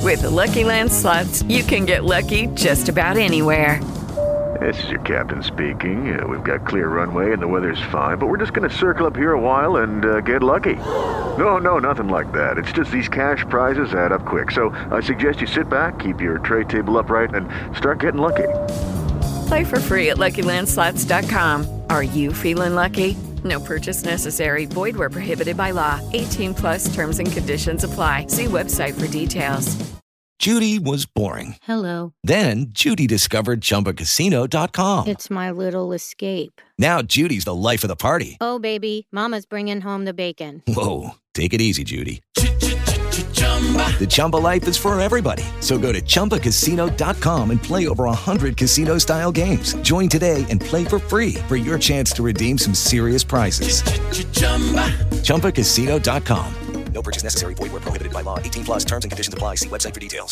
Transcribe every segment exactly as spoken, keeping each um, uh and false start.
With the Lucky Land Slots, you can get lucky just about anywhere. This is your captain speaking. Uh, we've got clear runway and the weather's fine, but we're just going to circle up here a while and uh, get lucky. No, no, nothing like that. It's just these cash prizes add up quick. So I suggest you sit back, keep your tray table upright, and start getting lucky. Play for free at Lucky Land Slots dot com. Are you feeling lucky? No purchase necessary. Void where prohibited by law. eighteen plus terms and conditions apply. See website for details. Judy was boring. Hello. Then Judy discovered Chumba Casino dot com. It's my little escape. Now Judy's the life of the party. Oh, baby, mama's bringing home the bacon. Whoa, take it easy, Judy. The Chumba life is for everybody. So go to Chumba Casino dot com and play over one hundred casino-style games. Join today and play for free for your chance to redeem some serious prizes. Chumba Casino dot com. No purchase necessary. Void where prohibited by law. eighteen plus terms and conditions apply. See website for details.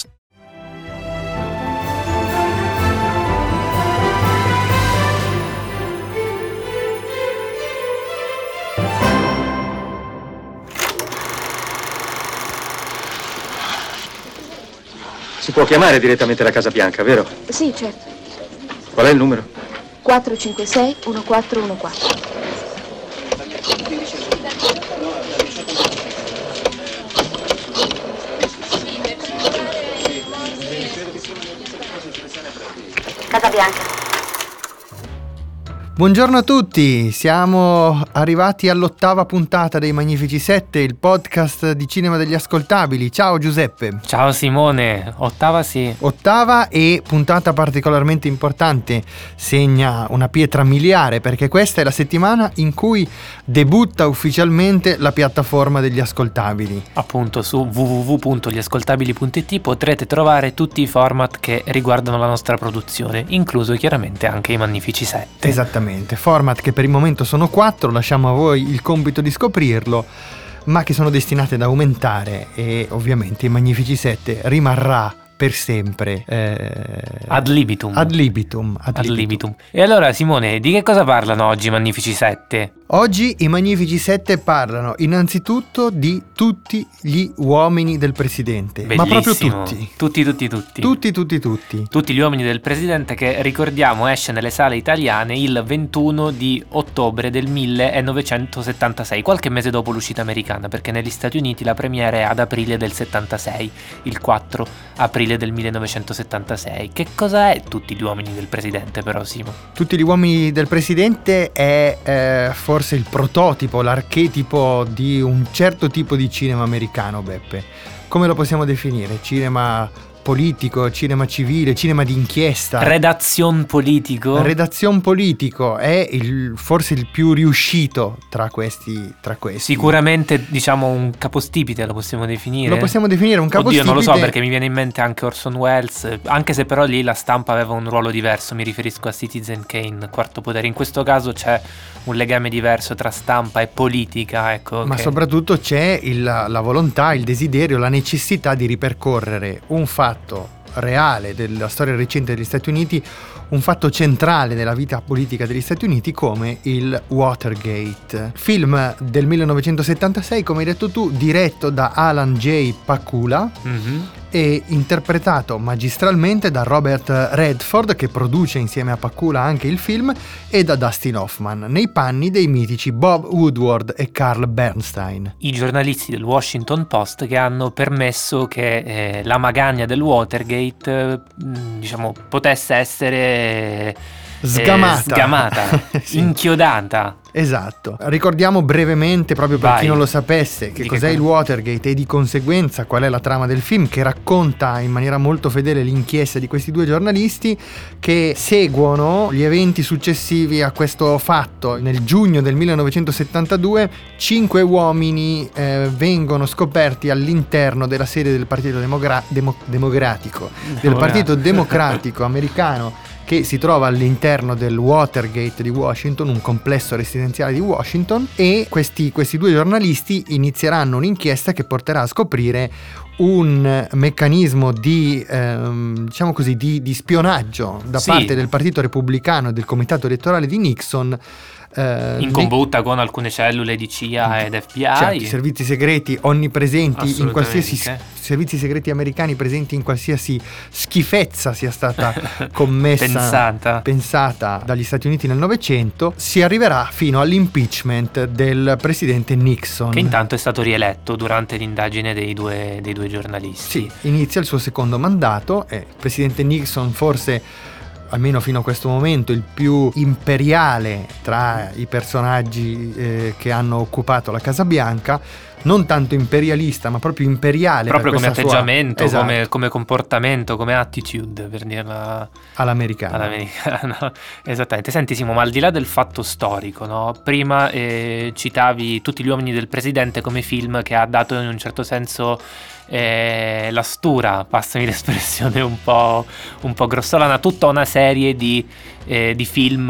Si può chiamare direttamente la Casa Bianca, vero? Sì, certo. Qual è il numero? quattro cinque sei uno quattro uno quattro. Casa Bianca. Buongiorno a tutti, siamo arrivati all'ottava puntata dei Magnifici Sette, il podcast di cinema degli ascoltabili. Ciao Giuseppe. Ciao Simone, ottava sì. Ottava e puntata particolarmente importante, segna una pietra miliare perché questa è la settimana in cui debutta ufficialmente la piattaforma degli ascoltabili. Appunto su w w w punto gli ascoltabili punto i t potrete trovare tutti i format che riguardano la nostra produzione, incluso chiaramente anche i Magnifici Sette. Esattamente. Format che per il momento sono quattro, lasciamo a voi il compito di scoprirlo, ma che sono destinati ad aumentare e ovviamente i Magnifici Sette rimarrà per sempre eh, ad libitum. Ad libitum, ad ad libitum. libitum. E allora Simone, di che cosa parlano oggi i Magnifici Sette? Oggi i Magnifici Sette parlano innanzitutto di tutti gli uomini del presidente. Bellissimo. Ma proprio tutti. Tutti, tutti, tutti. Tutti, tutti, tutti. Tutti gli uomini del presidente che, ricordiamo, esce nelle sale italiane il ventuno di ottobre del millenovecentosettantasei, qualche mese dopo l'uscita americana, perché negli Stati Uniti la premiere è ad aprile del settantasei, il quattro aprile del millenovecentosettantasei. Che cosa è tutti gli uomini del presidente però, Simo? Tutti gli uomini del presidente è eh, forse il prototipo, l'archetipo di un certo tipo di cinema americano, Beppe. Come lo possiamo definire? Cinema politico, cinema civile, cinema d'inchiesta. Redazione politico. Redazione politico è il, forse il più riuscito tra questi, tra questi. Sicuramente, diciamo, un capostipite lo possiamo definire. Lo possiamo definire un capostipite. Oddio, non lo so, perché mi viene in mente anche Orson Welles, anche se però lì la stampa aveva un ruolo diverso, mi riferisco a Citizen Kane, Quarto Potere. In questo caso c'è un legame diverso tra stampa e politica, ecco. Ma che... soprattutto c'è il, la volontà, il desiderio, la necessità di ripercorrere un fatto reale della storia recente degli Stati Uniti, un fatto centrale nella vita politica degli Stati Uniti come il Watergate, film del millenovecentosettantasei, come hai detto tu, diretto da Alan J. Pakula, mm-hmm. e interpretato magistralmente da Robert Redford, che produce insieme a Pakula anche il film, e da Dustin Hoffman, nei panni dei mitici Bob Woodward e Carl Bernstein. I giornalisti del Washington Post che hanno permesso che eh, la magagna del Watergate eh, diciamo potesse essere sgamata, eh, sgamata sì. inchiodata. Esatto. Ricordiamo brevemente, proprio per Vai. chi non lo sapesse, che di cos'è che il Watergate e di conseguenza qual è la trama del film, che racconta in maniera molto fedele l'inchiesta di questi due giornalisti che seguono gli eventi successivi a questo fatto. Nel giugno del millenovecentosettantadue cinque uomini eh, vengono scoperti all'interno della sede del Partito Demogra- Demo- Democratico del Partito Democratico americano, che si trova all'interno del Watergate di Washington, un complesso residenziale di Washington, e questi, questi due giornalisti inizieranno un'inchiesta che porterà a scoprire un meccanismo di ehm, diciamo così di, di spionaggio da sì. parte del Partito Repubblicano e del Comitato Elettorale di Nixon eh, in combutta con alcune cellule di C I A ed F B I, certo, servizi segreti onnipresenti in qualsiasi servizi segreti americani presenti in qualsiasi schifezza sia stata commessa pensata. pensata dagli Stati Uniti nel Novecento, si arriverà fino all'impeachment del presidente Nixon, che intanto è stato rieletto durante l'indagine dei due, dei due giornalisti. Sì, inizia il suo secondo mandato e il presidente Nixon, forse almeno fino a questo momento il più imperiale tra i personaggi eh, che hanno occupato la Casa Bianca, non tanto imperialista ma proprio imperiale, proprio per come atteggiamento, sua... esatto. come, come comportamento, come attitude, per dirla all'americano. all'americano. Esattamente. Senti Simo, ma al di là del fatto storico, no? Prima eh, citavi Tutti gli uomini del presidente come film che ha dato in un certo senso eh, la stura, passami l'espressione un po', un po' grossolana, tutta una serie di, eh, di film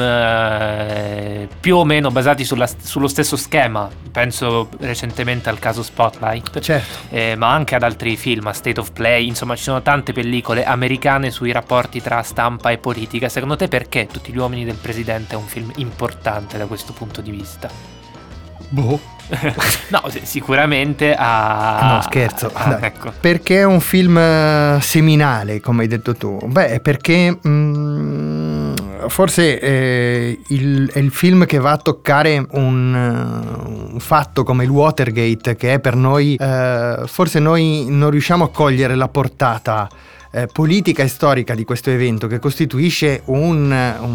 eh, più o meno basati sulla, sullo stesso schema. Penso recentemente al caso Spotlight, certo. eh, ma anche ad altri film, a State of Play, insomma ci sono tante pellicole americane sui rapporti tra stampa e politica. Secondo te perché Tutti gli uomini del presidente è un film importante da questo punto di vista? Boh. No, sicuramente ha... No, scherzo. Ah, ecco. Perché è un film seminale, come hai detto tu? Beh, perché mh, forse eh, il, è il film che va a toccare un, un fatto come il Watergate, che è per noi, eh, forse noi non riusciamo a cogliere la portata eh, politica e storica di questo evento, che costituisce un,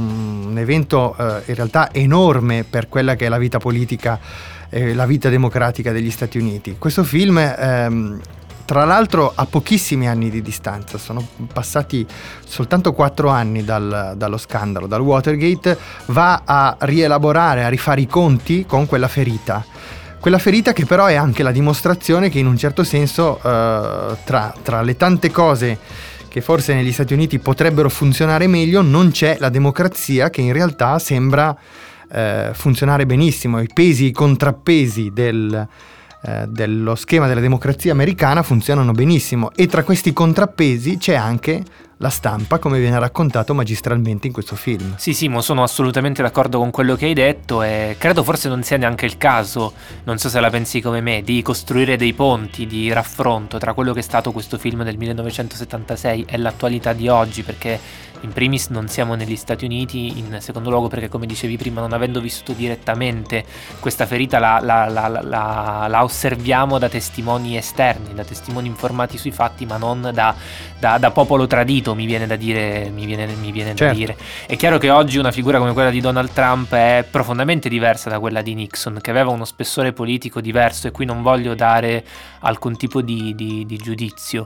un evento eh, in realtà enorme per quella che è la vita politica, la vita democratica degli Stati Uniti. Questo film ehm, tra l'altro ha pochissimi anni di distanza, sono passati soltanto quattro anni dal, dallo scandalo, dal Watergate, va a rielaborare, a rifare i conti con quella ferita. Quella ferita che però è anche la dimostrazione che in un certo senso eh, tra, tra le tante cose che forse negli Stati Uniti potrebbero funzionare meglio, non c'è la democrazia che in realtà sembra Eh, funzionare benissimo. I pesi e i contrappesi del, eh, dello schema della democrazia americana funzionano benissimo, e tra questi contrappesi c'è anche la stampa, come viene raccontato magistralmente in questo film. Sì, Simo, sono assolutamente d'accordo con quello che hai detto, e credo forse non sia neanche il caso, non so se la pensi come me, di costruire dei ponti di raffronto tra quello che è stato questo film del millenovecentosettantasei e l'attualità di oggi, perché in primis non siamo negli Stati Uniti, in secondo luogo perché, come dicevi prima, non avendo vissuto direttamente questa ferita la, la, la, la, la osserviamo da testimoni esterni, da testimoni informati sui fatti, ma non da, da, da popolo tradito, mi viene da dire, mi viene, mi viene certo. da dire. È chiaro che oggi una figura come quella di Donald Trump è profondamente diversa da quella di Nixon, che aveva uno spessore politico diverso, e qui non voglio dare alcun tipo di, di, di giudizio,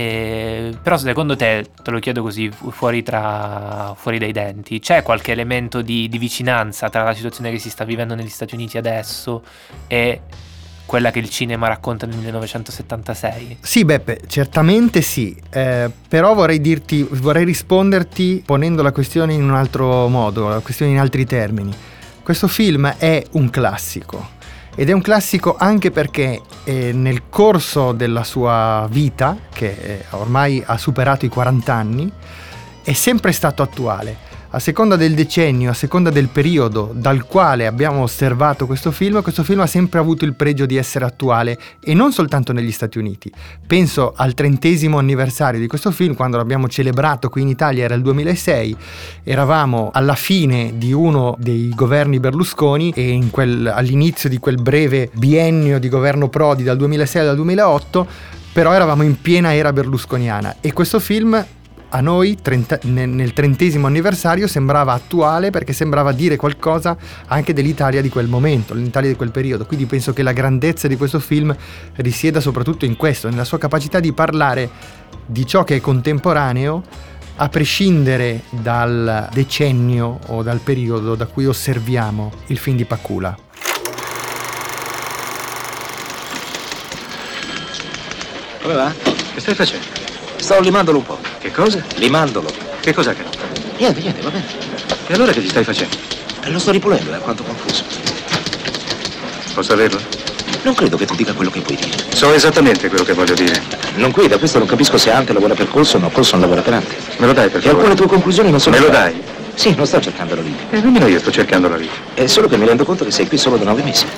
eh, però secondo te, te lo chiedo così fuori tra fuori dai denti, c'è qualche elemento di, di vicinanza tra la situazione che si sta vivendo negli Stati Uniti adesso e quella che il cinema racconta nel millenovecentosettantasei? Sì, Beppe, certamente sì, eh, però vorrei dirti, vorrei risponderti ponendo la questione in un altro modo, la questione in altri termini. Questo film è un classico, ed è un classico anche perché eh, nel corso della sua vita, che eh, ormai ha superato i quaranta anni, è sempre stato attuale. A seconda del decennio, a seconda del periodo dal quale abbiamo osservato questo film, questo film ha sempre avuto il pregio di essere attuale, e non soltanto negli Stati Uniti. Penso al trentesimo anniversario di questo film, quando l'abbiamo celebrato qui in Italia, era il duemilasei, eravamo alla fine di uno dei governi Berlusconi, e in quel, all'inizio di quel breve biennio di governo Prodi dal duemilasei al duemilaotto, però eravamo in piena era berlusconiana, e questo film a noi trenta, nel trentesimo anniversario sembrava attuale, perché sembrava dire qualcosa anche dell'Italia di quel momento, l'Italia di quel periodo. Quindi penso che la grandezza di questo film risieda soprattutto in questo, nella sua capacità di parlare di ciò che è contemporaneo, a prescindere dal decennio o dal periodo da cui osserviamo il film di Pakula. Come va? Che stai facendo? Stavo limandolo un po'. Che cosa? Limandolo. Che cos'è che non va? Niente, niente, va bene. E allora che ti stai facendo? Eh, lo sto ripulendo, è alquanto confuso. Posso averlo? Non credo che tu dica quello che puoi dire. So esattamente quello che voglio dire. Non qui, da questo non capisco se Ante lavora per Colson o Colson lavora per Ante. Me lo dai per favore? E alcune tue conclusioni non sono... Me lo dai? Sì, non sto cercando la vita. E nemmeno io sto cercando la vita. È solo che mi rendo conto che sei qui solo da nove mesi.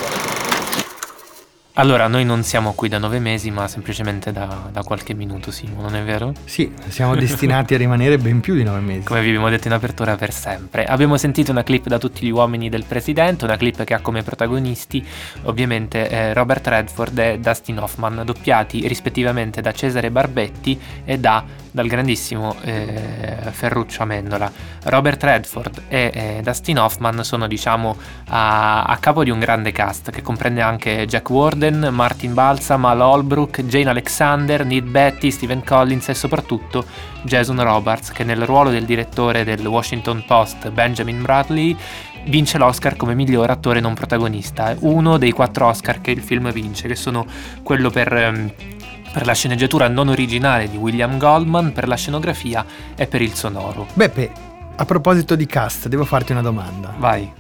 Allora, noi non siamo qui da nove mesi, ma semplicemente da, da qualche minuto, Simo, non è vero? Sì, siamo destinati a rimanere ben più di nove mesi. Come vi abbiamo detto in apertura, per sempre. Abbiamo sentito una clip da Tutti gli uomini del presidente, una clip che ha come protagonisti ovviamente eh, Robert Redford e Dustin Hoffman, doppiati rispettivamente da Cesare Barbetti e da, dal grandissimo eh, Ferruccio Amendola. Robert Redford e eh, Dustin Hoffman sono, diciamo, a, a capo di un grande cast che comprende anche Jack Warden, Martin Balsam, Al Holbrook, Jane Alexander, Ned Beatty, Stephen Collins e soprattutto Jason Robards, che nel ruolo del direttore del Washington Post, Benjamin Bradley, vince l'Oscar come miglior attore non protagonista, uno dei quattro Oscar che il film vince, che sono quello per... Um, per la sceneggiatura non originale di William Goldman, per la scenografia e per il sonoro. Beppe, a proposito di cast, devo farti una domanda. Vai.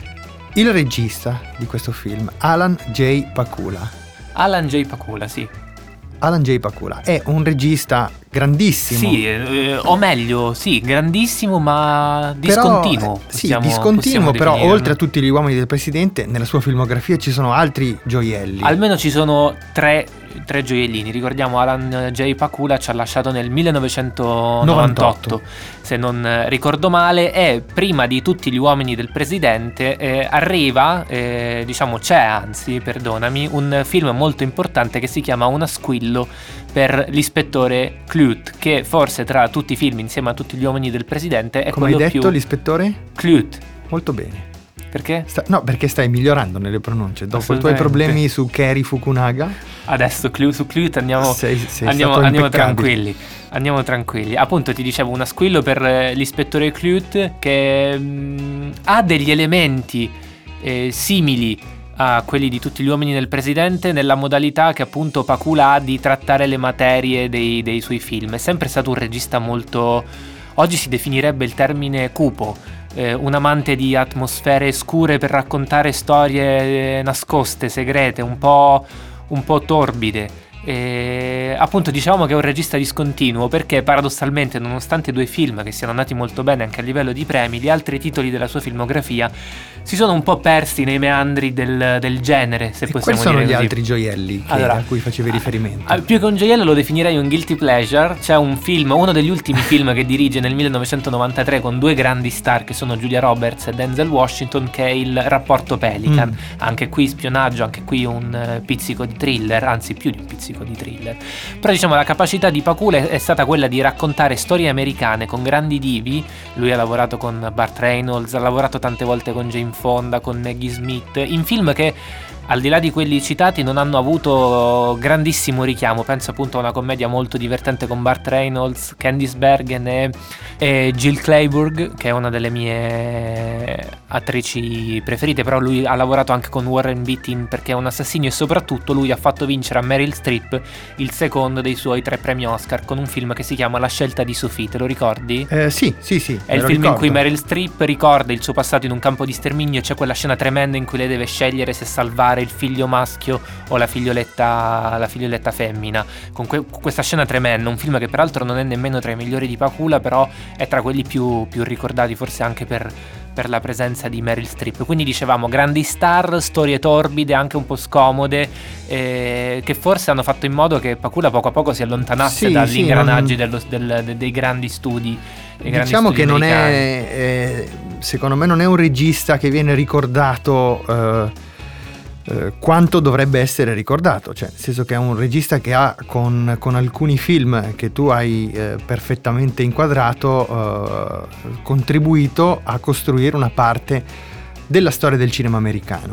Il regista di questo film, Alan J. Pakula. Alan J. Pakula, sì. Alan J. Pakula è un regista grandissimo. Sì, eh, o meglio, sì, grandissimo ma discontinuo. Però, sì, discontinuo, però definirlo. Oltre a Tutti gli uomini del presidente, nella sua filmografia ci sono altri gioielli. Almeno ci sono tre, tre gioiellini. Ricordiamo, Alan J. Pakula ci ha lasciato nel millenovecentonovantotto, novantotto. Se non ricordo male, e prima di Tutti gli uomini del presidente eh, arriva, eh, diciamo c'è anzi, perdonami, un film molto importante che si chiama Una squillo per l'ispettore Clute, che forse tra tutti i film insieme a Tutti gli uomini del presidente è come quello hai detto più... l'ispettore? Clute. Molto bene. Perché? Sta... No, perché stai migliorando nelle pronunce. Dopo i tuoi problemi su Keri Fukunaga, adesso Clu- su Clute andiamo, sei, sei andiamo, andiamo tranquilli. Andiamo tranquilli. Appunto, ti dicevo, una squillo per eh, l'ispettore Clute, che mh, ha degli elementi eh, simili a quelli di Tutti gli uomini del presidente, nella modalità che appunto Pakula ha di trattare le materie dei, dei suoi film. È sempre stato un regista molto, oggi si definirebbe il termine cupo, eh, un amante di atmosfere scure per raccontare storie eh, nascoste, segrete, un po', un po' torbide. E appunto diciamo che è un regista discontinuo, perché paradossalmente, nonostante due film che siano andati molto bene anche a livello di premi, gli altri titoli della sua filmografia si sono un po' persi nei meandri del, del genere, se e possiamo dire. Quali sono così. Gli altri gioielli che, allora, a cui facevi riferimento? A, più che un gioiello lo definirei un guilty pleasure. C'è un film, uno degli ultimi film che dirige nel millenovecentonovantatré con due grandi star che sono Julia Roberts e Denzel Washington, che è Il rapporto Pelican. Mm. Anche qui spionaggio, anche qui un uh, pizzico di thriller, anzi più di un pizzico di thriller. Però diciamo la capacità di Pakula è stata quella di raccontare storie americane con grandi divi. Lui ha lavorato con Burt Reynolds, ha lavorato tante volte con Jane Fonda, con Maggie Smith, in film che al di là di quelli citati non hanno avuto grandissimo richiamo. Penso appunto a una commedia molto divertente con Burt Reynolds, Candice Bergen e, e Jill Clayburgh, che è una delle mie attrici preferite. Però lui ha lavorato anche con Warren Beatty, perché è un assassino, e soprattutto lui ha fatto vincere a Meryl Streep il secondo dei suoi tre premi Oscar con un film che si chiama La scelta di Sophie. Te lo ricordi? Eh, sì, sì, sì. È il film ricordo. in cui Meryl Streep ricorda il suo passato in un campo di sterminio. C'è quella scena tremenda in cui lei deve scegliere se salvare il figlio maschio o la figlioletta, la figlioletta femmina. Con que- questa scena tremenda, un film che peraltro non è nemmeno tra i migliori di Pakula, però è tra quelli più, più ricordati, forse anche per, per la presenza di Meryl Streep. Quindi dicevamo grandi star, storie torbide, anche un po' scomode, eh, che forse hanno fatto in modo che Pakula poco a poco si allontanasse sì, dagli sì, ingranaggi non... dello, del, de, dei grandi studi. Dei grandi diciamo studi che non americani. è, eh, secondo me non è un regista che viene ricordato eh, eh, quanto dovrebbe essere ricordato, cioè nel senso che è un regista che ha con, con alcuni film che tu hai eh, perfettamente inquadrato eh, contribuito a costruire una parte della storia del cinema americano.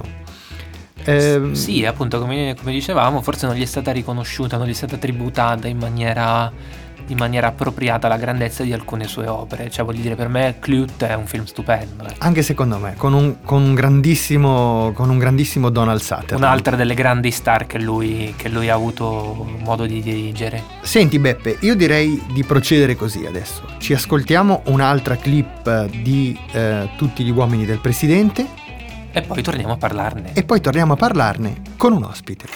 Eh, sì, appunto, come, come dicevamo, forse non gli è stata riconosciuta, non gli è stata tributata in maniera in maniera appropriata la grandezza di alcune sue opere. Cioè, voglio dire, per me Clute è un film stupendo, eh. Anche secondo me, con un, con un grandissimo con un grandissimo Donald Sutherland, un'altra delle grandi star che lui, che lui ha avuto modo di dirigere. Senti Beppe, io direi di procedere così adesso. Ci ascoltiamo un'altra clip di eh, Tutti gli uomini del presidente e poi torniamo a parlarne. E poi torniamo a parlarne con un ospite.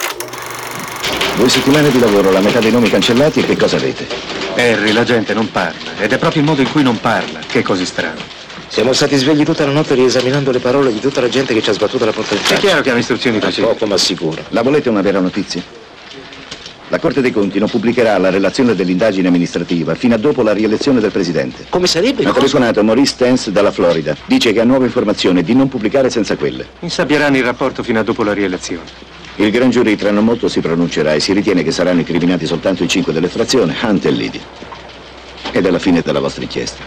Due settimane di lavoro, la metà dei nomi cancellati, e che cosa avete? Harry, la gente non parla, ed è proprio il modo in cui non parla che è così strano. Siamo stati svegli tutta la notte riesaminando le parole di tutta la gente che ci ha sbattuto la porta in faccia. È chiaro che hanno istruzioni facili. Poco ma sicuro. La volete una vera notizia? La Corte dei Conti non pubblicherà la relazione dell'indagine amministrativa fino a dopo la rielezione del Presidente. Come sarebbe? Mi ha telefonato Maurice Stens dalla Florida. Dice che ha nuove informazioni e di non pubblicare senza quelle. Insabbieranno il rapporto fino a dopo la rielezione. Il Gran Giurì tra non molto si pronuncerà e si ritiene che saranno incriminati soltanto i cinque dell'effrazione, Hunt e Liddy. Ed è la fine della vostra inchiesta.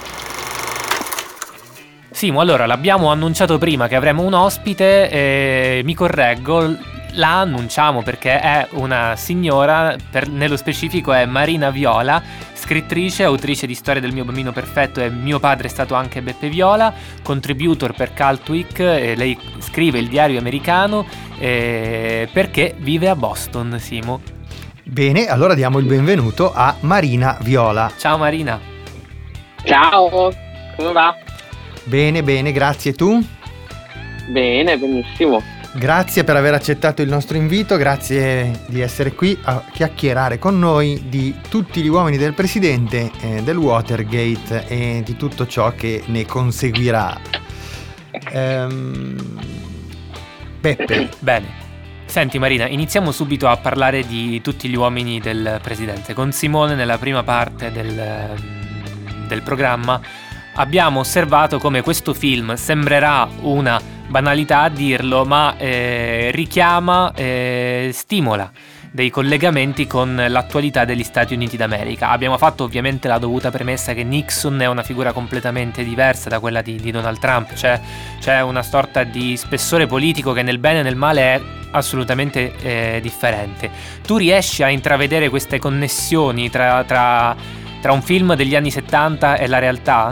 Simo, allora l'abbiamo annunciato prima che avremo un ospite, eh, mi correggo, la annunciamo perché è una signora, per, nello specifico è Marina Viola, scrittrice, autrice di Storia del mio bambino perfetto e Mio padre è stato anche Beppe Viola, contributor per Cult Week, e lei scrive il diario americano eh, perché vive a Boston, Simo. Bene, allora diamo il benvenuto a Marina Viola. Ciao Marina. Ciao, come va? Bene, bene, grazie. Tu? Bene, benissimo. Grazie per aver accettato il nostro invito, grazie di essere qui a chiacchierare con noi di tutti gli uomini del Presidente, eh, del Watergate e di tutto ciò che ne conseguirà. Ehm... Beppe. Bene. Senti Marina, iniziamo subito a parlare di tutti gli uomini del Presidente. Con Simone nella prima parte del, del programma abbiamo osservato come questo film sembrerà una banalità a dirlo, ma eh, richiama, eh, stimola dei collegamenti con l'attualità degli Stati Uniti d'America. Abbiamo fatto ovviamente la dovuta premessa che Nixon è una figura completamente diversa da quella di, di Donald Trump, c'è, c'è una sorta di spessore politico che nel bene e nel male è assolutamente eh, differente. Tu riesci a intravedere queste connessioni tra, tra, tra un film degli anni settanta e la realtà?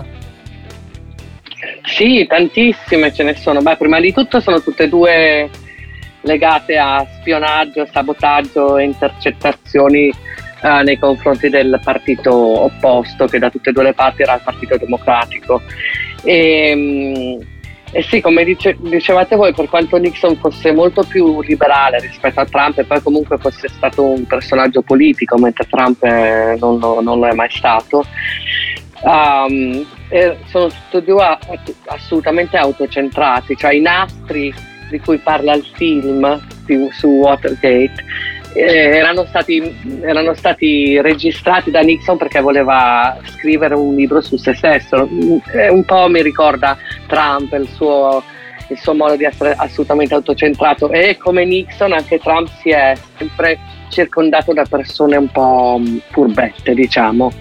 Sì, tantissime ce ne sono. Beh, prima di tutto sono tutte e due legate a spionaggio, sabotaggio e intercettazioni eh, nei confronti del partito opposto, che da tutte e due le parti era il Partito Democratico. E, e sì, come dice, dicevate voi, per quanto Nixon fosse molto più liberale rispetto a Trump e poi comunque fosse stato un personaggio politico, mentre Trump eh, non, lo, non lo è mai stato, Um, eh, sono tutti e due assolutamente autocentrati, cioè i nastri di cui parla il film di, su Watergate eh, erano, stati, erano stati registrati da Nixon perché voleva scrivere un libro su se stesso. Eh, un po' mi ricorda Trump, il suo, il suo modo di essere assolutamente autocentrato, e come Nixon anche Trump si è sempre circondato da persone un po' furbette, diciamo.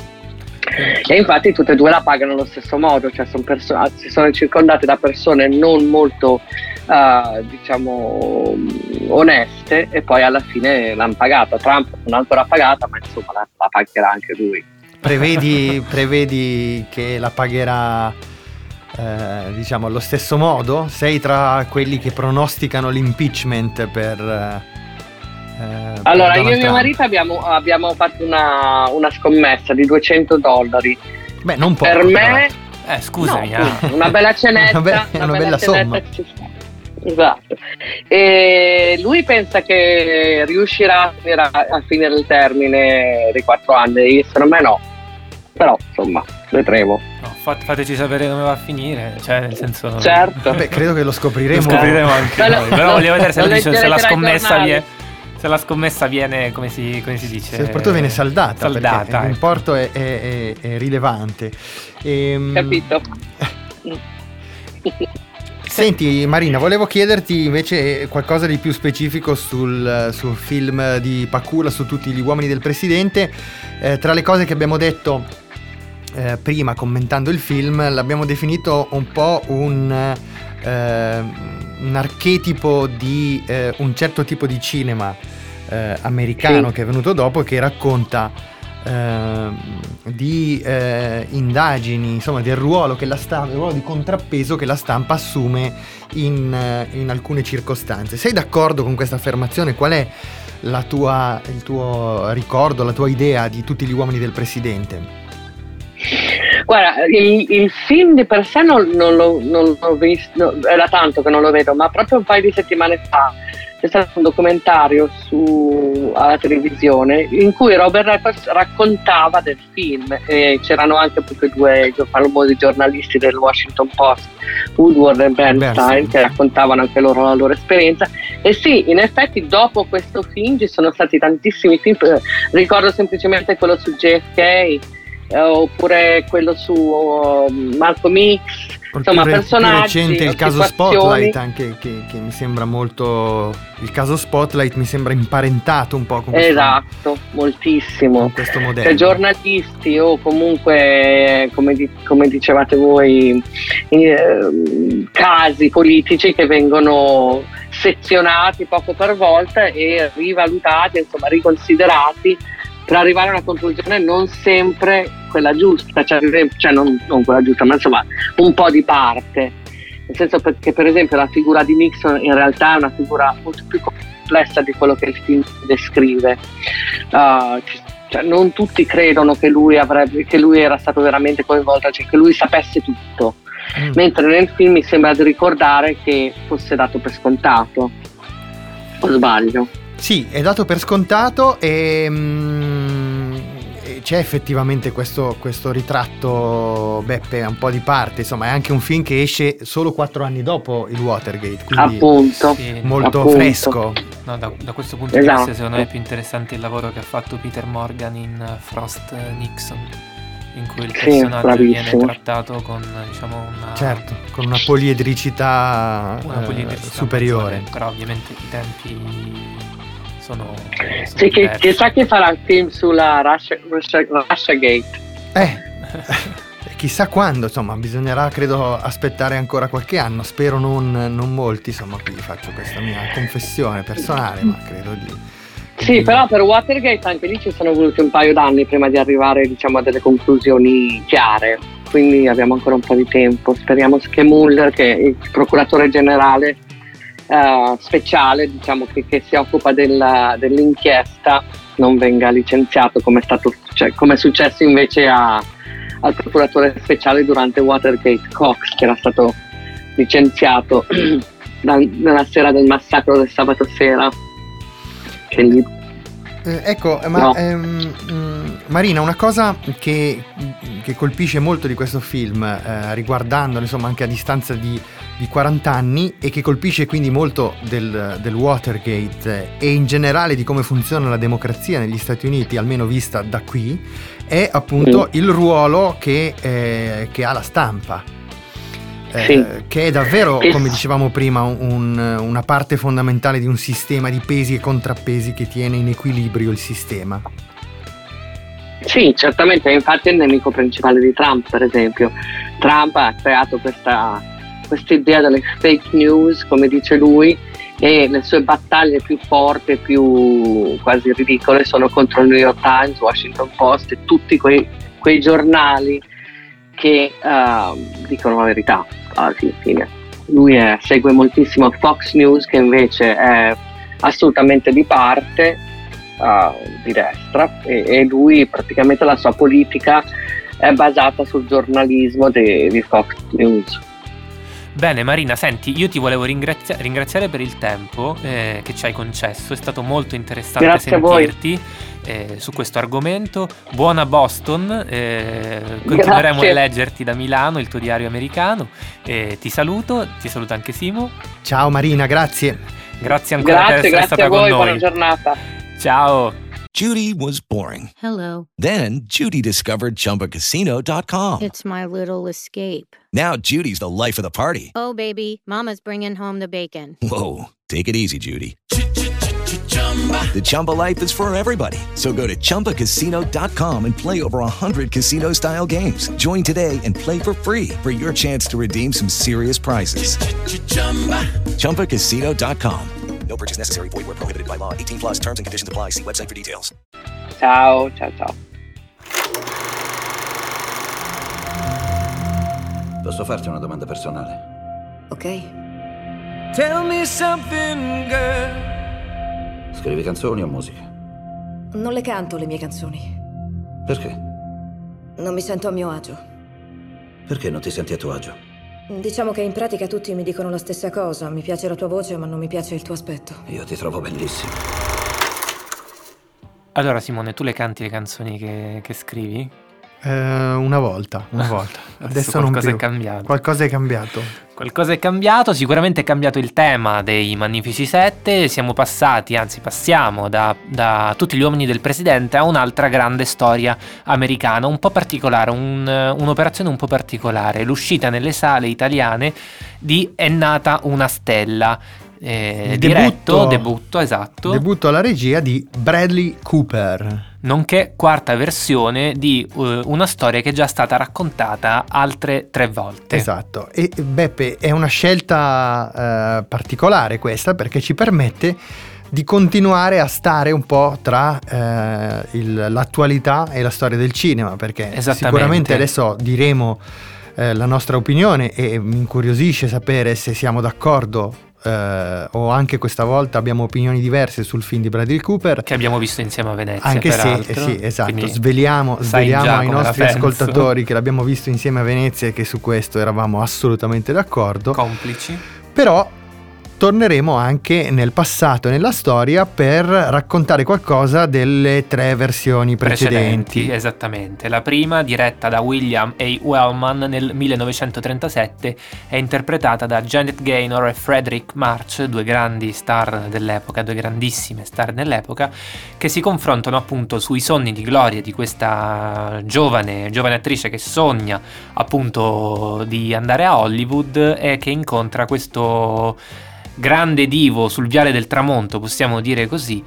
E infatti tutte e due la pagano allo stesso modo, cioè sono perso- si sono circondate da persone non molto uh, diciamo oneste, e poi alla fine l'hanno pagata. Trump non ancora pagata, ma insomma la, la pagherà anche lui. Prevedi, prevedi che la pagherà eh, diciamo allo stesso modo? Sei tra quelli che pronosticano l'impeachment per eh, allora io e mio marito abbiamo, abbiamo fatto una, una scommessa di duecento dollari. Beh, non poco, per me eh scusami no, eh. una bella cenetta, una, be- una, una bella, bella somma. Esatto. E lui pensa che riuscirà a finire, a finire il termine dei quattro anni, secondo me no, però insomma vedremo. No, fat- fateci sapere come va a finire, cioè nel senso. Certo. Vabbè, credo che lo scopriremo. Lo scopriremo anche Bello, noi. Però voglio vedere se, lo dice, se la scommessa viene. Se la scommessa viene, come si, come si dice? Se soprattutto viene saldata, saldata perché ecco. l'importo è, è, è, è rilevante. Ehm... Capito. Senti Marina, volevo chiederti invece qualcosa di più specifico sul, sul film di Pakula, su tutti gli uomini del Presidente. Eh, tra le cose che abbiamo detto eh, prima commentando il film, l'abbiamo definito un po' un... Eh, un archetipo di eh, un certo tipo di cinema eh, americano, sì, che è venuto dopo, che racconta eh, di eh, indagini, insomma del ruolo che la stampa, il ruolo di contrappeso che la stampa assume in, eh, in alcune circostanze. Sei d'accordo con questa affermazione? Qual è la tua, il tuo ricordo, la tua idea di tutti gli uomini del Presidente? Guarda, il, il film di per sé non, non, l'ho, non l'ho visto, no, è da tanto che non lo vedo, ma proprio un paio di settimane fa c'è stato un documentario su, alla televisione in cui Robert Redford raccontava del film, e c'erano anche proprio due famosi giornalisti del Washington Post, Woodward e Bernstein, che raccontavano anche loro la loro esperienza. E sì, in effetti dopo questo film ci sono stati tantissimi film, ricordo semplicemente quello su J F K, eh, oppure quello su uh, Malcolm X, insomma più, personaggi, più recente il caso situazioni. Spotlight anche, che, che mi sembra molto, il caso Spotlight mi sembra imparentato un po' con questo, esatto, moltissimo, con questo modello. Cioè, giornalisti o comunque come, di, come dicevate voi eh, casi politici che vengono sezionati poco per volta e rivalutati, insomma riconsiderati, per arrivare a una conclusione non sempre quella giusta, cioè, cioè non, non quella giusta, ma insomma un po' di parte, nel senso che per esempio la figura di Nixon in realtà è una figura molto più complessa di quello che il film descrive. Uh, cioè, non tutti credono che lui avrebbe, che lui era stato veramente coinvolto, cioè che lui sapesse tutto, mm. mentre nel film mi sembra di ricordare che fosse dato per scontato, o sbaglio? Sì, è dato per scontato e, mm, e c'è effettivamente questo, questo ritratto, Beppe, un po' di parte, insomma è anche un film che esce solo quattro anni dopo il Watergate, quindi appunto, sì, molto appunto. fresco. No, da, da questo punto esatto. di vista secondo me è più interessante il lavoro che ha fatto Peter Morgan in Frost Nixon, in cui il Sì, personaggio bravissimo. viene trattato con, diciamo, una, Certo, con una poliedricità, una eh, poliedricità superiore. maggiore, però ovviamente i tempi sono, sono Sì, che, diversi. chissà chi farà il film sulla Russia, Russia, Russiagate. Eh, chissà quando, insomma, bisognerà credo aspettare ancora qualche anno, spero non, non molti, insomma, qui faccio questa mia confessione personale, ma credo di... Sì, però per Watergate anche lì ci sono voluti un paio d'anni prima di arrivare, diciamo, a delle conclusioni chiare, quindi abbiamo ancora un po' di tempo. Speriamo che Mueller, che è il procuratore generale uh, speciale, diciamo, che, che si occupa della, dell'inchiesta, non venga licenziato come è stato, cioè, come è successo invece a, al procuratore speciale durante Watergate, Cox, che era stato licenziato nella sera del massacro del sabato sera. Gli... Eh, ecco, ma no. ehm, mh, Marina, una cosa che, che colpisce molto di questo film, eh, riguardandolo insomma anche a distanza di, di quaranta anni, e che colpisce quindi molto del, del Watergate eh, e in generale di come funziona la democrazia negli Stati Uniti, almeno vista da qui, è appunto mm. il ruolo che, eh, che ha la stampa. Sì. Eh, che è davvero, che... come dicevamo prima, un, una parte fondamentale di un sistema di pesi e contrappesi che tiene in equilibrio il sistema. Sì, certamente, infatti è il nemico principale di Trump, per esempio. Trump ha creato questa idea delle fake news, come dice lui, e le sue battaglie più forti, più quasi ridicole, sono contro il New York Times, Washington Post e tutti quei, quei giornali che uh, dicono la verità alla fine. Lui è, segue moltissimo Fox News, che invece è assolutamente di parte, uh, di destra, e, e lui praticamente la sua politica è basata sul giornalismo de, di Fox News. Bene Marina, senti, io ti volevo ringrazia- ringraziare per il tempo eh, che ci hai concesso, è stato molto interessante Grazie sentirti eh, su questo argomento. Buona Boston, eh, continueremo Grazie. a leggerti da Milano, il tuo diario americano, eh, ti saluto, ti saluta anche Simo. Ciao Marina, grazie. Grazie ancora Grazie, per essere grazie stata a voi, con noi. buona giornata. Ciao. Judy was boring. Hello. Then Judy discovered Chumba Casino dot com. It's my little escape. Now Judy's the life of the party. Oh, baby, mama's bringing home the bacon. Whoa, take it easy, Judy. The Chumba life is for everybody. So go to Chumba Casino dot com and play over one hundred casino-style games. Join today and play for free for your chance to redeem some serious prizes. Chumba Casino dot com. No purchase necessary. Void where prohibited by law. eighteen plus terms and conditions apply. See website for details. Ciao, ciao, ciao. Posso farti una domanda personale? Ok. Tell me something, girl. Scrivi canzoni o musica? Non le canto le mie canzoni. Perché? Non mi sento a mio agio. Perché non ti senti a tuo agio? Diciamo che in pratica tutti mi dicono la stessa cosa. Mi piace la tua voce, ma non mi piace il tuo aspetto. Io ti trovo bellissimo. Allora Simone, tu le canti le canzoni che, che scrivi? Eh, una volta, una volta. Adesso, Adesso non qualcosa più. è cambiato. Qualcosa è cambiato. Qualcosa è cambiato, sicuramente è cambiato il tema dei Magnifici Sette. Siamo passati, anzi passiamo da, da Tutti gli uomini del presidente a un'altra grande storia americana, un po' particolare, un, un'operazione un po' particolare. L'uscita nelle sale italiane di È nata una stella. Eh, Debutto, diretto, debutto, esatto. Debutto alla regia di Bradley Cooper. Nonché quarta versione di uh, una storia che è già stata raccontata altre tre volte. Esatto. E Beppe, è una scelta eh, particolare questa, perché ci permette di continuare a stare un po' tra eh, il, l'attualità e la storia del cinema, perché sicuramente adesso diremo eh, la nostra opinione e mi incuriosisce sapere se siamo d'accordo Uh, o anche questa volta abbiamo opinioni diverse sul film di Bradley Cooper, che abbiamo visto insieme a Venezia, anche se peraltro. sì, esatto. Quindi sveliamo, sveliamo ai nostri penso. ascoltatori che l'abbiamo visto insieme a Venezia e che su questo eravamo assolutamente d'accordo, complici. Però torneremo anche nel passato e nella storia per raccontare qualcosa delle tre versioni precedenti. precedenti. Esattamente. La prima, diretta da William A. Wellman nel millenovecentotrentasette, è interpretata da Janet Gaynor e Frederick March, due grandi star dell'epoca, due grandissime star dell'epoca, che si confrontano appunto sui sogni di gloria di questa giovane, giovane attrice che sogna appunto di andare a Hollywood e che incontra questo grande divo sul viale del tramonto, possiamo dire così,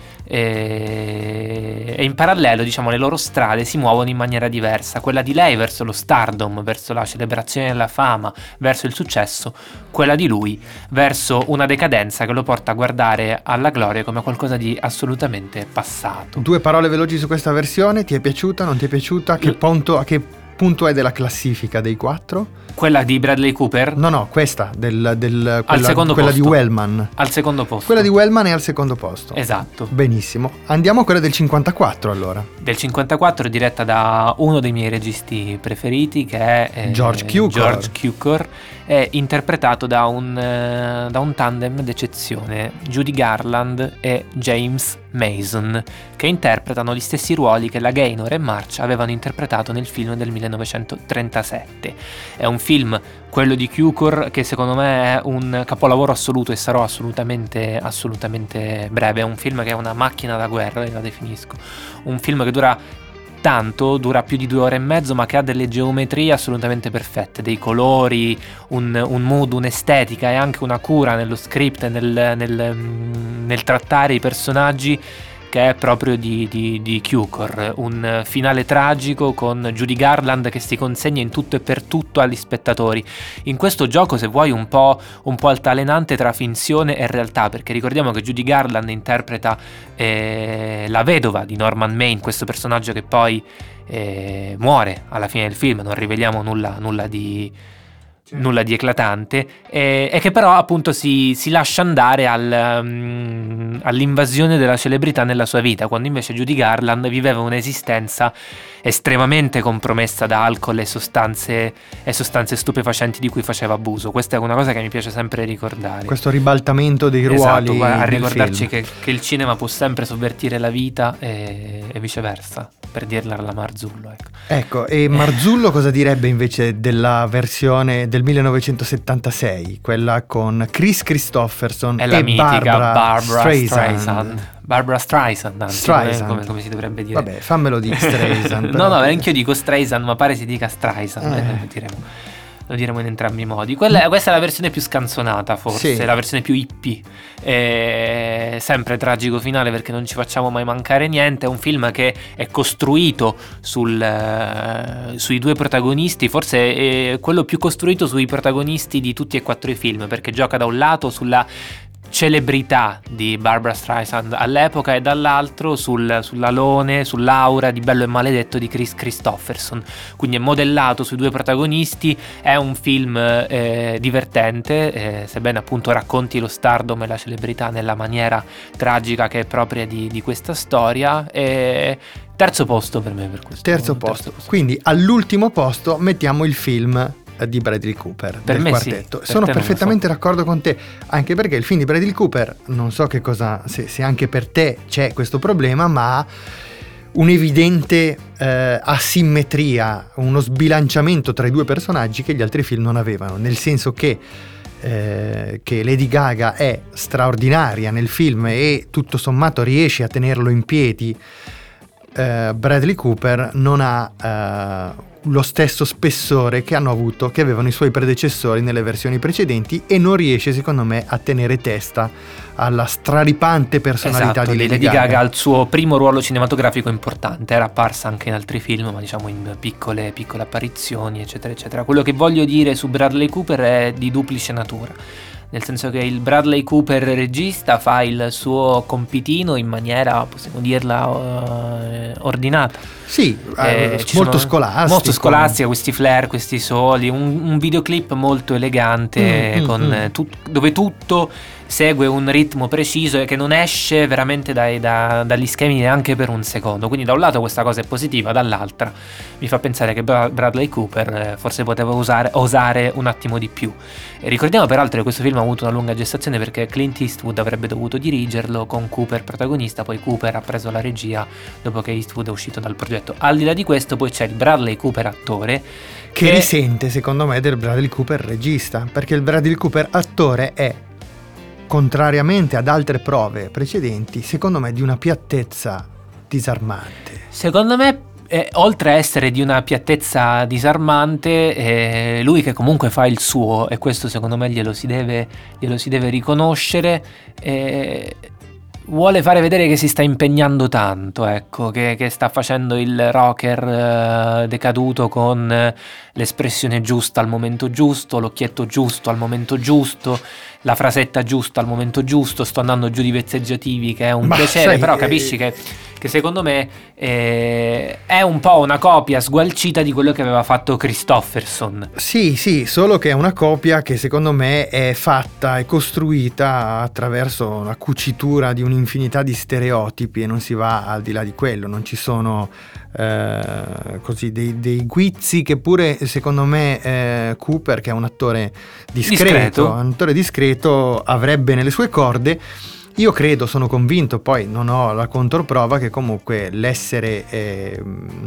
e, e in parallelo, diciamo, le loro strade si muovono in maniera diversa, quella di lei verso lo stardom, verso la celebrazione della fama, verso il successo, quella di lui verso una decadenza che lo porta a guardare alla gloria come qualcosa di assolutamente passato. Due parole veloci su questa versione: ti è piaciuta, non ti è piaciuta? Che punto, a che punto è della classifica dei quattro? Quella di Bradley Cooper? No, no, questa del, del, al quella, secondo quella posto. di Wellman. Al secondo posto. Quella di Wellman è al secondo posto. Esatto. Benissimo. Andiamo a quella del cinquantaquattro allora. Del cinquantaquattro, diretta da uno dei miei registi preferiti, che è eh, George Cukor. George Cukor, è interpretato da un, eh, da un tandem d'eccezione, Judy Garland e James Mason, che interpretano gli stessi ruoli che la Gaynor e March avevano interpretato nel film del millenovecentotrentasette. È un film, quello di Cukor, che secondo me è un capolavoro assoluto e sarò assolutamente assolutamente breve. È un film che è una macchina da guerra, la definisco. Un film che dura tanto, dura più di due ore e mezzo, ma che ha delle geometrie assolutamente perfette, dei colori, un, un mood, un'estetica e anche una cura nello script e nel, nel, nel trattare i personaggi, che è proprio di, di, di Cukor. Un finale tragico con Judy Garland che si consegna in tutto e per tutto agli spettatori, in questo gioco, se vuoi, un po', un po' altalenante tra finzione e realtà, perché ricordiamo che Judy Garland interpreta eh, la vedova di Norman Maine, questo personaggio che poi eh, muore alla fine del film, non riveliamo nulla, nulla di... nulla di eclatante, e, e che però appunto si, si lascia andare al, um, all'invasione della celebrità nella sua vita, quando invece Judy Garland viveva un'esistenza estremamente compromessa da alcol e sostanze, e sostanze stupefacenti di cui faceva abuso. Questa è una cosa che mi piace sempre ricordare, questo ribaltamento dei ruoli, esatto, guarda, a del ricordarci film. che, che il cinema può sempre sovvertire la vita e, e viceversa, per dirla alla Marzullo, ecco. Ecco, e Marzullo cosa direbbe invece della versione del millenovecentosettantasei, quella con Chris Christopherson e la e mitica Barbara, Barbara Streisand. Streisand. Barbara Streisand, anzi, Streisand. Come, come si dovrebbe dire. Vabbè, fammelo dire Streisand. No, però. no, anche io dico Streisand, ma pare si dica Streisand, Eh. lo diremo. Lo diremo in entrambi i modi. Quella, questa è la versione più scansonata, forse, Sì. la versione più hippie. E sempre tragico finale, perché non ci facciamo mai mancare niente. È un film che è costruito sul, eh, sui due protagonisti, forse è quello più costruito sui protagonisti di tutti e quattro i film, perché gioca da un lato sulla celebrità di Barbara Streisand all'epoca e dall'altro sul, sull'alone, sull'aura di Bello e Maledetto di Chris Christopherson, quindi è modellato sui due protagonisti. È un film eh, divertente, eh, sebbene appunto racconti lo stardom e la celebrità nella maniera tragica che è propria di, di questa storia. E terzo posto per me per questo Terzo posto. Quindi all'ultimo posto mettiamo il film di Bradley Cooper, per del me quartetto. Sì, Sono per perfettamente so. d'accordo con te, anche perché il film di Bradley Cooper, non so che cosa, se, se anche per te c'è questo problema, ma un'evidente eh, asimmetria, uno sbilanciamento tra i due personaggi che gli altri film non avevano, nel senso che eh, che Lady Gaga è straordinaria nel film e tutto sommato riesce a tenerlo in piedi. eh, Bradley Cooper non ha eh, lo stesso spessore che hanno avuto, che avevano i suoi predecessori nelle versioni precedenti, e non riesce secondo me a tenere testa alla straripante personalità esatto, di Lady, Lady Gaga. Gaga al suo primo ruolo cinematografico importante, era apparsa anche in altri film, ma diciamo in piccole, piccole apparizioni, eccetera eccetera. Quello che voglio dire su Bradley Cooper è di duplice natura, nel senso che il Bradley Cooper regista fa il suo compitino in maniera, possiamo dirla, uh, ordinata. Sì, eh, molto scolastico. Molto scolastica, questi flare, questi soli, un, un videoclip molto elegante, mm, con, mm. Tu, dove tutto segue un ritmo preciso e che non esce veramente dai, da, dagli schemi neanche per un secondo. Quindi da un lato questa cosa è positiva, dall'altra mi fa pensare che Bradley Cooper eh, forse poteva usare, osare un attimo di più. E ricordiamo peraltro che questo film ha avuto una lunga gestazione, perché Clint Eastwood avrebbe dovuto dirigerlo con Cooper protagonista, poi Cooper ha preso la regia dopo che Eastwood è uscito dal progetto. Al di là di questo poi c'è il Bradley Cooper attore che, che risente secondo me del Bradley Cooper regista, perché il Bradley Cooper attore è, contrariamente ad altre prove precedenti, secondo me di una piattezza disarmante. Secondo me eh, oltre a essere di una piattezza disarmante, eh, lui che comunque fa il suo, e questo secondo me glielo si deve, glielo si deve riconoscere, eh, vuole fare vedere che si sta impegnando tanto, ecco, che, che sta facendo il rocker uh, decaduto con uh, l'espressione giusta al momento giusto, l'occhietto giusto al momento giusto, la frasetta giusta al momento giusto. Sto andando giù di vezzeggiativi, che è un Ma piacere, sai, però eh... capisci che, che secondo me eh, è un po' una copia sgualcita di quello che aveva fatto Kristofferson. Sì, sì, solo che è una copia che secondo me è fatta e costruita attraverso una cucitura di un'infinità di stereotipi, e non si va al di là di quello. Non ci sono eh, così dei, dei guizzi che pure secondo me eh, Cooper, che è un attore discreto, discreto. un attore discreto, avrebbe nelle sue corde. Io credo, sono convinto, poi non ho la controprova, che comunque l'essere, eh,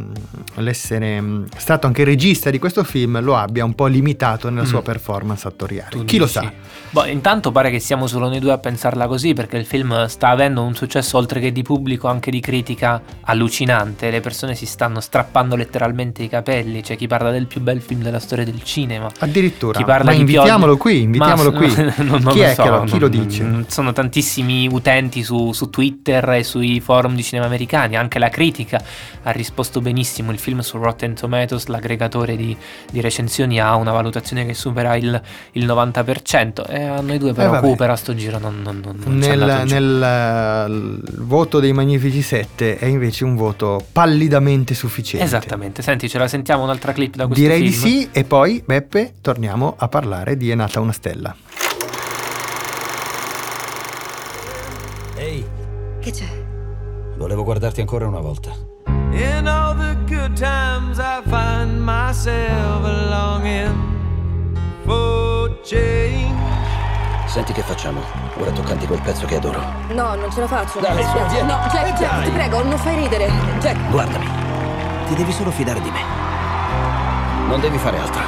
l'essere stato anche regista di questo film lo abbia un po' limitato nella mm. sua performance attoriale. Tu Chi dici? lo sa? Boh, intanto pare che siamo solo noi due a pensarla così, perché il film sta avendo un successo oltre che di pubblico anche di critica allucinante. Le persone si stanno strappando letteralmente i capelli. C'è chi parla del più bel film della storia del cinema, addirittura. Chi parla Ma di invitiamolo Pioli... qui, invitiamolo Ma, qui. non, non chi lo è so, che lo, chi non, lo dice? Sono tantissimi utenti su, su Twitter e sui forum di cinema americani. Anche la critica ha risposto benissimo. Il film su Rotten Tomatoes, l'aggregatore di, di recensioni, ha una valutazione che supera il, il novanta per cento, e a noi due però eh Cooper a sto giro non, non, non, non nel, nel uh, voto dei Magnifici Sette è invece un voto pallidamente sufficiente. Esattamente. Senti, ce la sentiamo un'altra clip da questo Direi film? Direi di sì, e poi Beppe torniamo a parlare di È nata una stella. Ehi, che c'è? Volevo guardarti ancora una volta. In all the good times I find myself longing for change. Senti, che facciamo? Ora tu canti quel pezzo che adoro. No, non ce la faccio. Dai, su, vieni. No, Jack, Eh, Jack, dai. ti prego, non fai ridere. Jack. Guardami. Ti devi solo fidare di me. Non devi fare altro.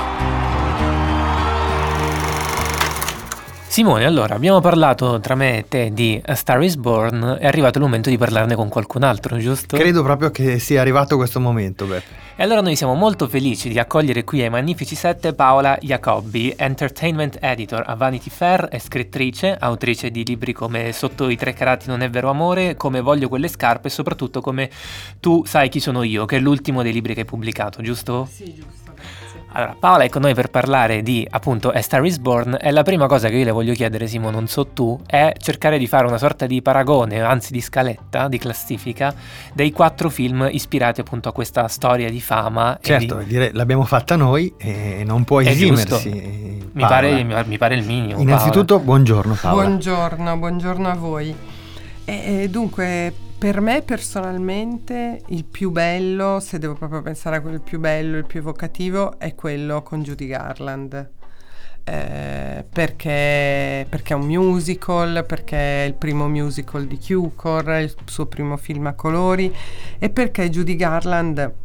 Simone, allora, abbiamo parlato tra me e te di A Star is Born, è arrivato il momento di parlarne con qualcun altro, giusto? Credo proprio che sia arrivato questo momento, Beppe. E allora noi siamo molto felici di accogliere qui ai Magnifici Sette Paola Jacobbi, entertainment editor a Vanity Fair e scrittrice, autrice di libri come Sotto i tre carati non è vero amore, Come voglio quelle scarpe, e soprattutto come Tu sai chi sono io, che è l'ultimo dei libri che hai pubblicato, giusto? Sì, giusto. Allora, Paola è con noi per parlare di, appunto, A Star is Born, e la prima cosa che io le voglio chiedere, Simo, non so tu, è cercare di fare una sorta di paragone, anzi di scaletta, di classifica, dei quattro film ispirati appunto a questa storia di fama. Certo, di... direi, l'abbiamo fatta noi e non può esimersi. Mi pare, mi pare il minimo. Innanzitutto, Paola. buongiorno Paola. Buongiorno, buongiorno a voi. E, dunque, per me personalmente il più bello, se devo proprio pensare a quello più bello, il più evocativo, è quello con Judy Garland. Eh, perché, perché è un musical, perché è il primo musical di Cukor, è il suo primo film a colori, e perché Judy Garland,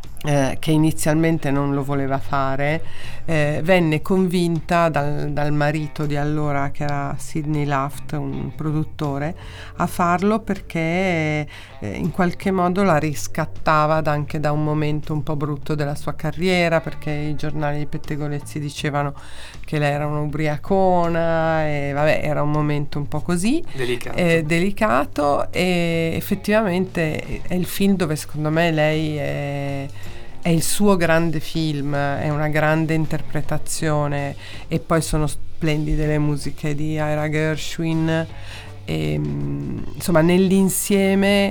Eh, che inizialmente non lo voleva fare, eh, venne convinta dal, dal marito di allora, che era Sidney Luft, un produttore, a farlo perché eh, in qualche modo la riscattava da, anche da un momento un po' brutto della sua carriera, perché i giornali di pettegolezzi dicevano che lei era un'ubriacona e vabbè, era un momento un po' così delicato, eh, delicato e effettivamente è il film dove secondo me lei è È il suo grande film, è una grande interpretazione, e poi sono splendide le musiche di Ira Gershwin, e, insomma nell'insieme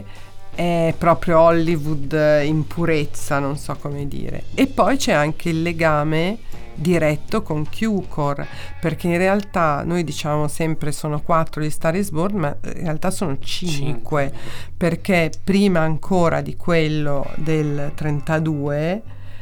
è proprio Hollywood in purezza, non so come dire. E poi c'è anche il legame diretto con Cukor, perché in realtà noi diciamo sempre sono quattro gli Star is Born, ma in realtà sono cinque, perché prima ancora di quello del trentadue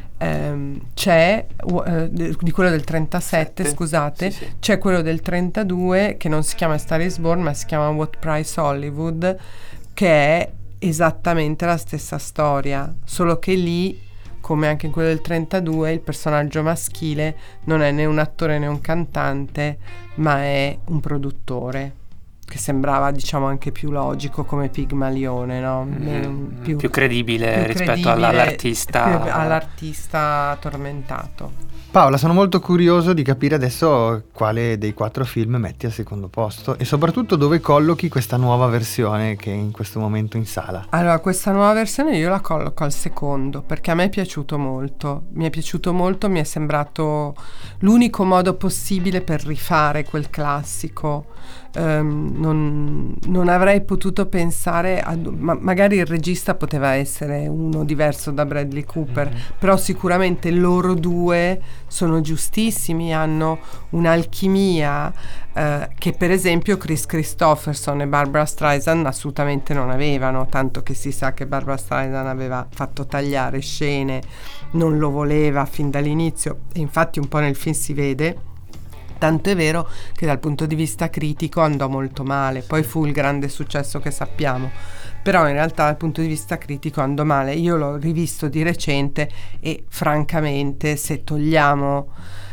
ehm, c'è uh, di quello del trentasette, Sette. scusate, sì, sì. C'è quello del trentadue che non si chiama Star is Born ma si chiama What Price Hollywood, che è esattamente la stessa storia, solo che lì, come anche in quello del trentadue, il personaggio maschile non è né un attore né un cantante, ma è un produttore, che sembrava diciamo anche più logico come Pigmalione, no? Mm, più, più credibile più rispetto credibile, all'artista più all'artista tormentato. Paola, sono molto curioso di capire adesso quale dei quattro film metti al secondo posto e soprattutto dove collochi questa nuova versione che è in questo momento in sala. Allora, questa nuova versione io la colloco al secondo, perché a me è piaciuto molto, mi è piaciuto molto, mi è sembrato l'unico modo possibile per rifare quel classico. Um, non, non avrei potuto pensare a, ma, magari il regista poteva essere uno diverso da Bradley Cooper, mm-hmm. però sicuramente loro due sono giustissimi, hanno un'alchimia eh, che per esempio Chris Christopherson e Barbra Streisand assolutamente non avevano, tanto che si sa che Barbra Streisand aveva fatto tagliare scene, non lo voleva fin dall'inizio, e infatti un po' nel film si vede. Tanto è vero che dal punto di vista critico andò molto male, poi fu il grande successo che sappiamo, però in realtà dal punto di vista critico andò male. Io l'ho rivisto di recente e francamente, se togliamo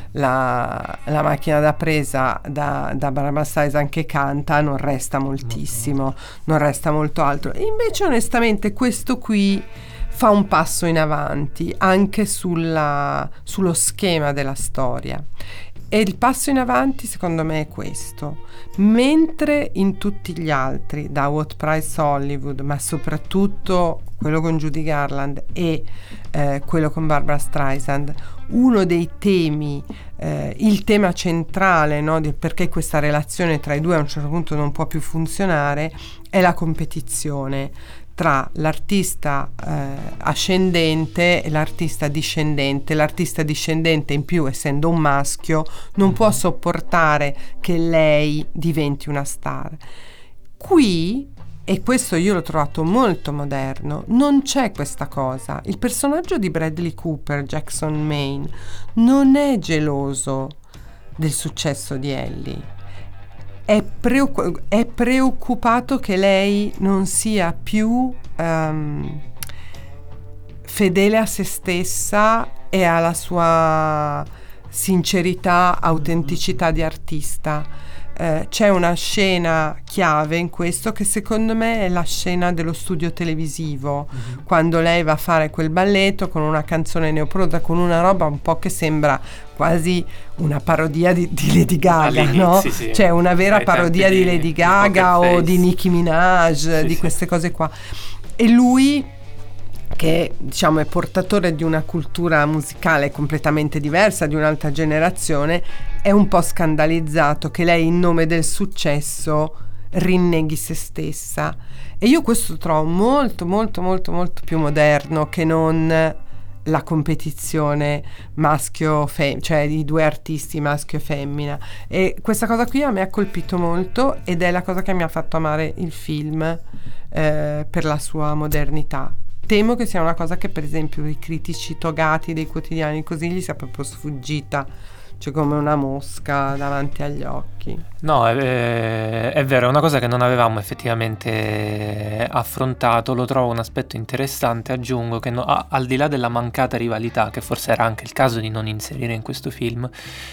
la, la macchina da presa da, da Barbra Streisand che canta, non resta moltissimo, non resta molto altro. E invece onestamente questo qui fa un passo in avanti anche sulla, sullo schema della storia. E il passo in avanti secondo me è questo: mentre in tutti gli altri, da What Price Hollywood, ma soprattutto quello con Judy Garland e eh, quello con Barbra Streisand, uno dei temi, eh, il tema centrale, no, di perché questa relazione tra i due a un certo punto non può più funzionare, è la competizione tra l'artista eh, ascendente e l'artista discendente. L'artista discendente, in più essendo un maschio, non mm-hmm. può sopportare che lei diventi una star. Qui, e questo io l'ho trovato molto moderno, non c'è questa cosa. Il personaggio di Bradley Cooper, Jackson Maine, non è geloso del successo di Ellie. È, preoccup- è preoccupato che lei non sia più um, fedele a se stessa e alla sua sincerità, autenticità di artista. Eh, c'è una scena chiave in questo che secondo me è la scena dello studio televisivo, mm-hmm. quando lei va a fare quel balletto con una canzone neoprodotta, con una roba un po' che sembra quasi una parodia di, di Lady Gaga, no? Sì. Cioè una vera Ai parodia di, di Lady Gaga di o di Nicki Minaj, sì, di sì. queste cose qua. E lui, che diciamo è portatore di una cultura musicale completamente diversa, di un'altra generazione, è un po' scandalizzato che lei in nome del successo rinneghi se stessa. E io questo trovo molto molto molto molto più moderno che non la competizione maschio-femmina, cioè i due artisti maschio e femmina, e questa cosa qui a me ha colpito molto ed è la cosa che mi ha fatto amare il film eh, per la sua modernità. Temo che sia una cosa che per esempio i critici togati dei quotidiani così gli sia proprio sfuggita, cioè come una mosca davanti agli occhi. No, è, è vero, è una cosa che non avevamo effettivamente affrontato, lo trovo un aspetto interessante, aggiungo che no, a, al di là della mancata rivalità, che forse era anche il caso di non inserire in questo film,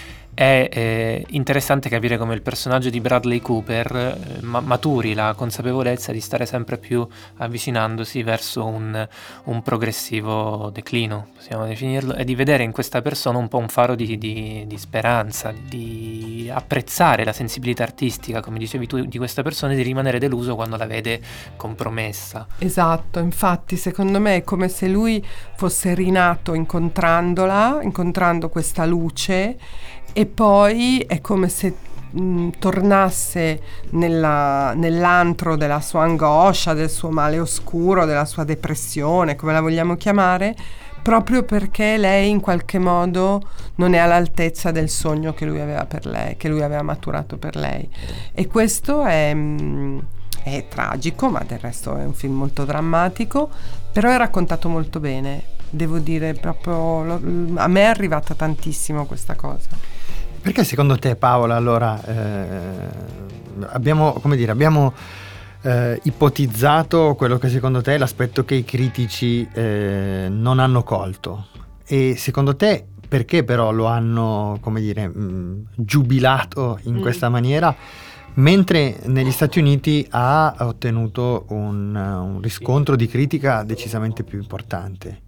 è eh, interessante capire come il personaggio di Bradley Cooper eh, ma- maturi la consapevolezza di stare sempre più avvicinandosi verso un, un progressivo declino, possiamo definirlo, e di vedere in questa persona un po' un faro di, di, di speranza, di apprezzare la sensibilità artistica, come dicevi tu, di questa persona, e di rimanere deluso quando la vede compromessa. Esatto, infatti secondo me è come se lui fosse rinato incontrandola, incontrando questa luce, e poi è come se mh, tornasse nella, nell'antro della sua angoscia, del suo male oscuro, della sua depressione, come la vogliamo chiamare, proprio perché lei in qualche modo non è all'altezza del sogno che lui aveva per lei, che lui aveva maturato per lei. E questo è, mh, è tragico, ma del resto è un film molto drammatico, però è raccontato molto bene, devo dire, proprio lo, a me è arrivata tantissimo questa cosa. Perché secondo te, Paola, allora eh, abbiamo, come dire, abbiamo eh, ipotizzato quello che secondo te è l'aspetto che i critici eh, non hanno colto, e secondo te perché però lo hanno, come dire, mh, giubilato in mm. questa maniera, mentre negli Stati Uniti ha ottenuto un, un riscontro di critica decisamente più importante?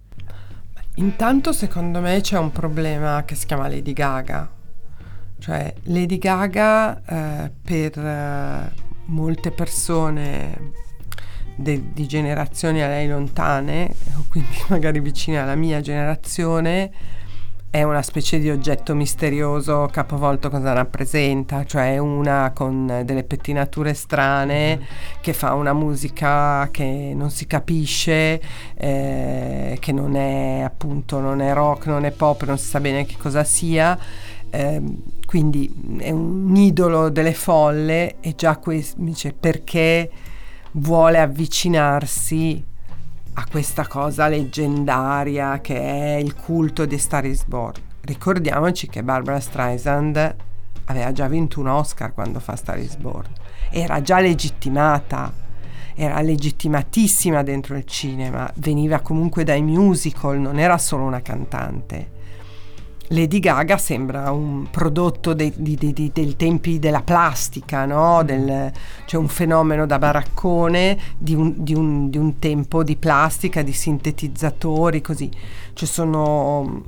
Intanto secondo me c'è un problema che si chiama Lady Gaga. Cioè Lady Gaga eh, per eh, molte persone de- di generazioni a lei lontane, o quindi magari vicine alla mia generazione, è una specie di oggetto misterioso capovolto. Cosa rappresenta? Cioè una con delle pettinature strane, mm. che fa una musica che non si capisce, eh, che non è appunto non è rock, non è pop, non si sa bene che cosa sia. Eh, quindi è un idolo delle folle, e già questo dice perché vuole avvicinarsi a questa cosa leggendaria che è il culto di Star is Born. Ricordiamoci che Barbra Streisand aveva già vinto un Oscar quando fa Star is Born, era già legittimata, era legittimatissima dentro il cinema, veniva comunque dai musical, non era solo una cantante. Lady Gaga sembra un prodotto dei, di, di, di, dei tempi della plastica, no? Del, cioè un fenomeno da baraccone di un, di, un, di un tempo di plastica, di sintetizzatori, così. Cioè sono,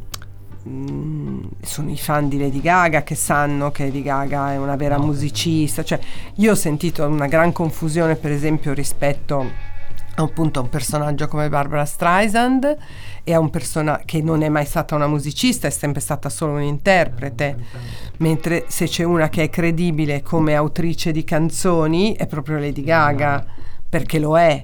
mh, sono i fan di Lady Gaga che sanno che Lady Gaga è una vera musicista. Cioè io ho sentito una gran confusione, per esempio, rispetto appunto a un personaggio come Barbra Streisand e a un personaggio che non è mai stata una musicista, è sempre stata solo un'interprete, mentre se c'è una che è credibile come autrice di canzoni è proprio Lady Gaga, perché lo è.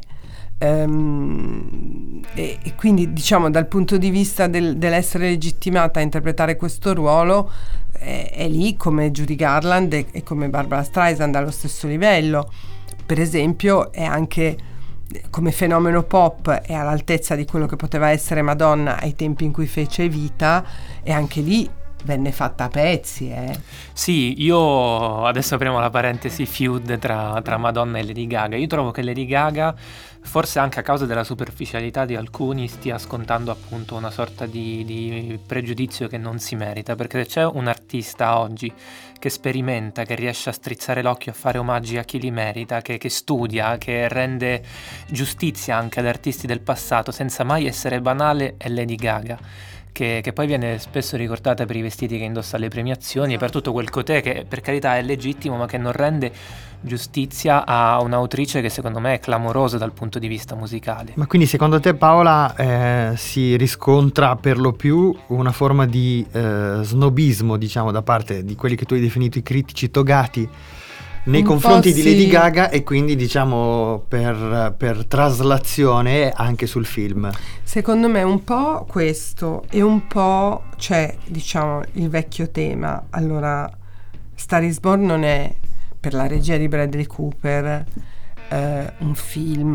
Um, e, e quindi diciamo dal punto di vista del, dell'essere legittimata a interpretare questo ruolo è, è lì come Judy Garland e, e come Barbra Streisand allo stesso livello. Per esempio è anche come fenomeno pop è all'altezza di quello che poteva essere Madonna ai tempi in cui fece Vita, e anche lì venne fatta a pezzi. Eh. Sì, io adesso apriamo la parentesi feud tra, tra Madonna e Lady Gaga. Io trovo che Lady Gaga, forse anche a causa della superficialità di alcuni, stia scontando appunto una sorta di, di pregiudizio che non si merita, perché se c'è un artista oggi che sperimenta, che riesce a strizzare l'occhio, a fare omaggi a chi li merita, che, che studia, che rende giustizia anche ad artisti del passato senza mai essere banale, è Lady Gaga. Che, che poi viene spesso ricordata per i vestiti che indossa alle premiazioni e per tutto quel cotè che per carità è legittimo, ma che non rende giustizia a un'autrice che secondo me è clamorosa dal punto di vista musicale. Ma quindi secondo te, Paola, eh, si riscontra per lo più una forma di eh, snobismo, diciamo, da parte di quelli che tu hai definito i critici togati nei Un confronti po' di sì. Lady Gaga e quindi diciamo per, per traslazione anche sul film. Secondo me un po' questo e un po' c'è, diciamo, il vecchio tema. Allora, Star is Born non è, per la regia di Bradley Cooper, eh, un film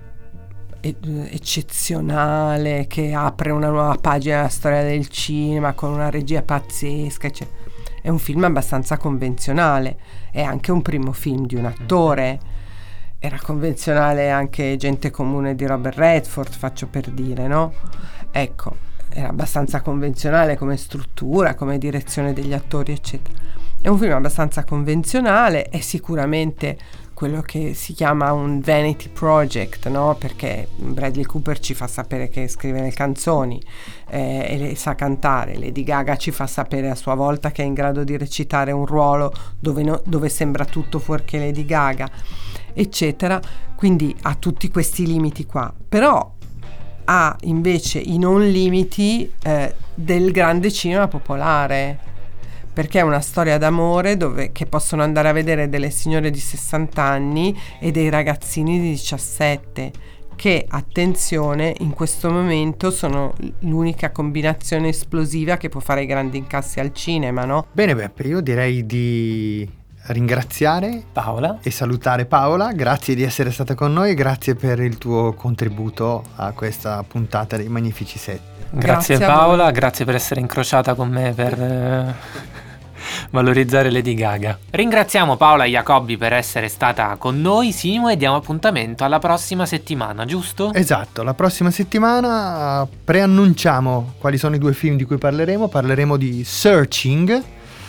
e- eccezionale che apre una nuova pagina della storia del cinema con una regia pazzesca, eccetera. È un film abbastanza convenzionale, è anche un primo film di un attore. Era convenzionale anche Gente comune di Robert Redford, faccio per dire, no? Ecco, era abbastanza convenzionale come struttura, come direzione degli attori, eccetera. È un film abbastanza convenzionale, è sicuramente quello che si chiama un vanity project, no? Perché Bradley Cooper ci fa sapere che scrive le canzoni eh, e le sa cantare, Lady Gaga ci fa sapere a sua volta che è in grado di recitare un ruolo dove, no, dove sembra tutto fuorché Lady Gaga, eccetera. Quindi ha tutti questi limiti qua, però ha invece i non limiti eh, del grande cinema popolare, perché è una storia d'amore dove, che possono andare a vedere delle signore di sessanta anni e dei ragazzini di diciassette, che, attenzione, in questo momento sono l'unica combinazione esplosiva che può fare i grandi incassi al cinema, no? Bene Beppe, io direi di ringraziare Paola e salutare Paola. Grazie di essere stata con noi e grazie per il tuo contributo a questa puntata dei Magnifici Sette. Grazie, Grazie a Paola, voi. grazie per essere incrociata con me per eh, valorizzare Lady Gaga. Ringraziamo Paola Jacobi per essere stata con noi, Simo, e diamo appuntamento alla prossima settimana, giusto? Esatto, la prossima settimana preannunciamo quali sono i due film di cui parleremo. Parleremo di Searching,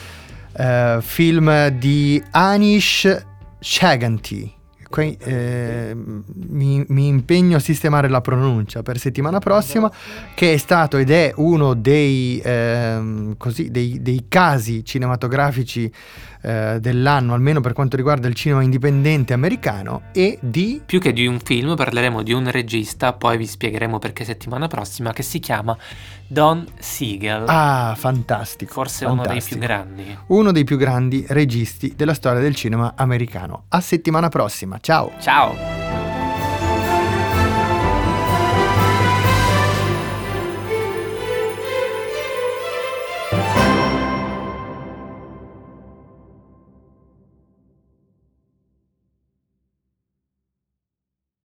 eh, film di Anish Chaganty. Qui, eh, mi, mi impegno a sistemare la pronuncia per settimana prossima, che è stato ed è uno dei, ehm, così, dei, dei casi cinematografici eh, dell'anno, almeno per quanto riguarda il cinema indipendente americano, e di... Più che di un film parleremo di un regista, poi vi spiegheremo perché settimana prossima, che si chiama Don Siegel. Ah, fantastico. Forse fantastico. uno dei più grandi. Uno dei più grandi registi della storia del cinema americano. A settimana prossima, ciao! Ciao!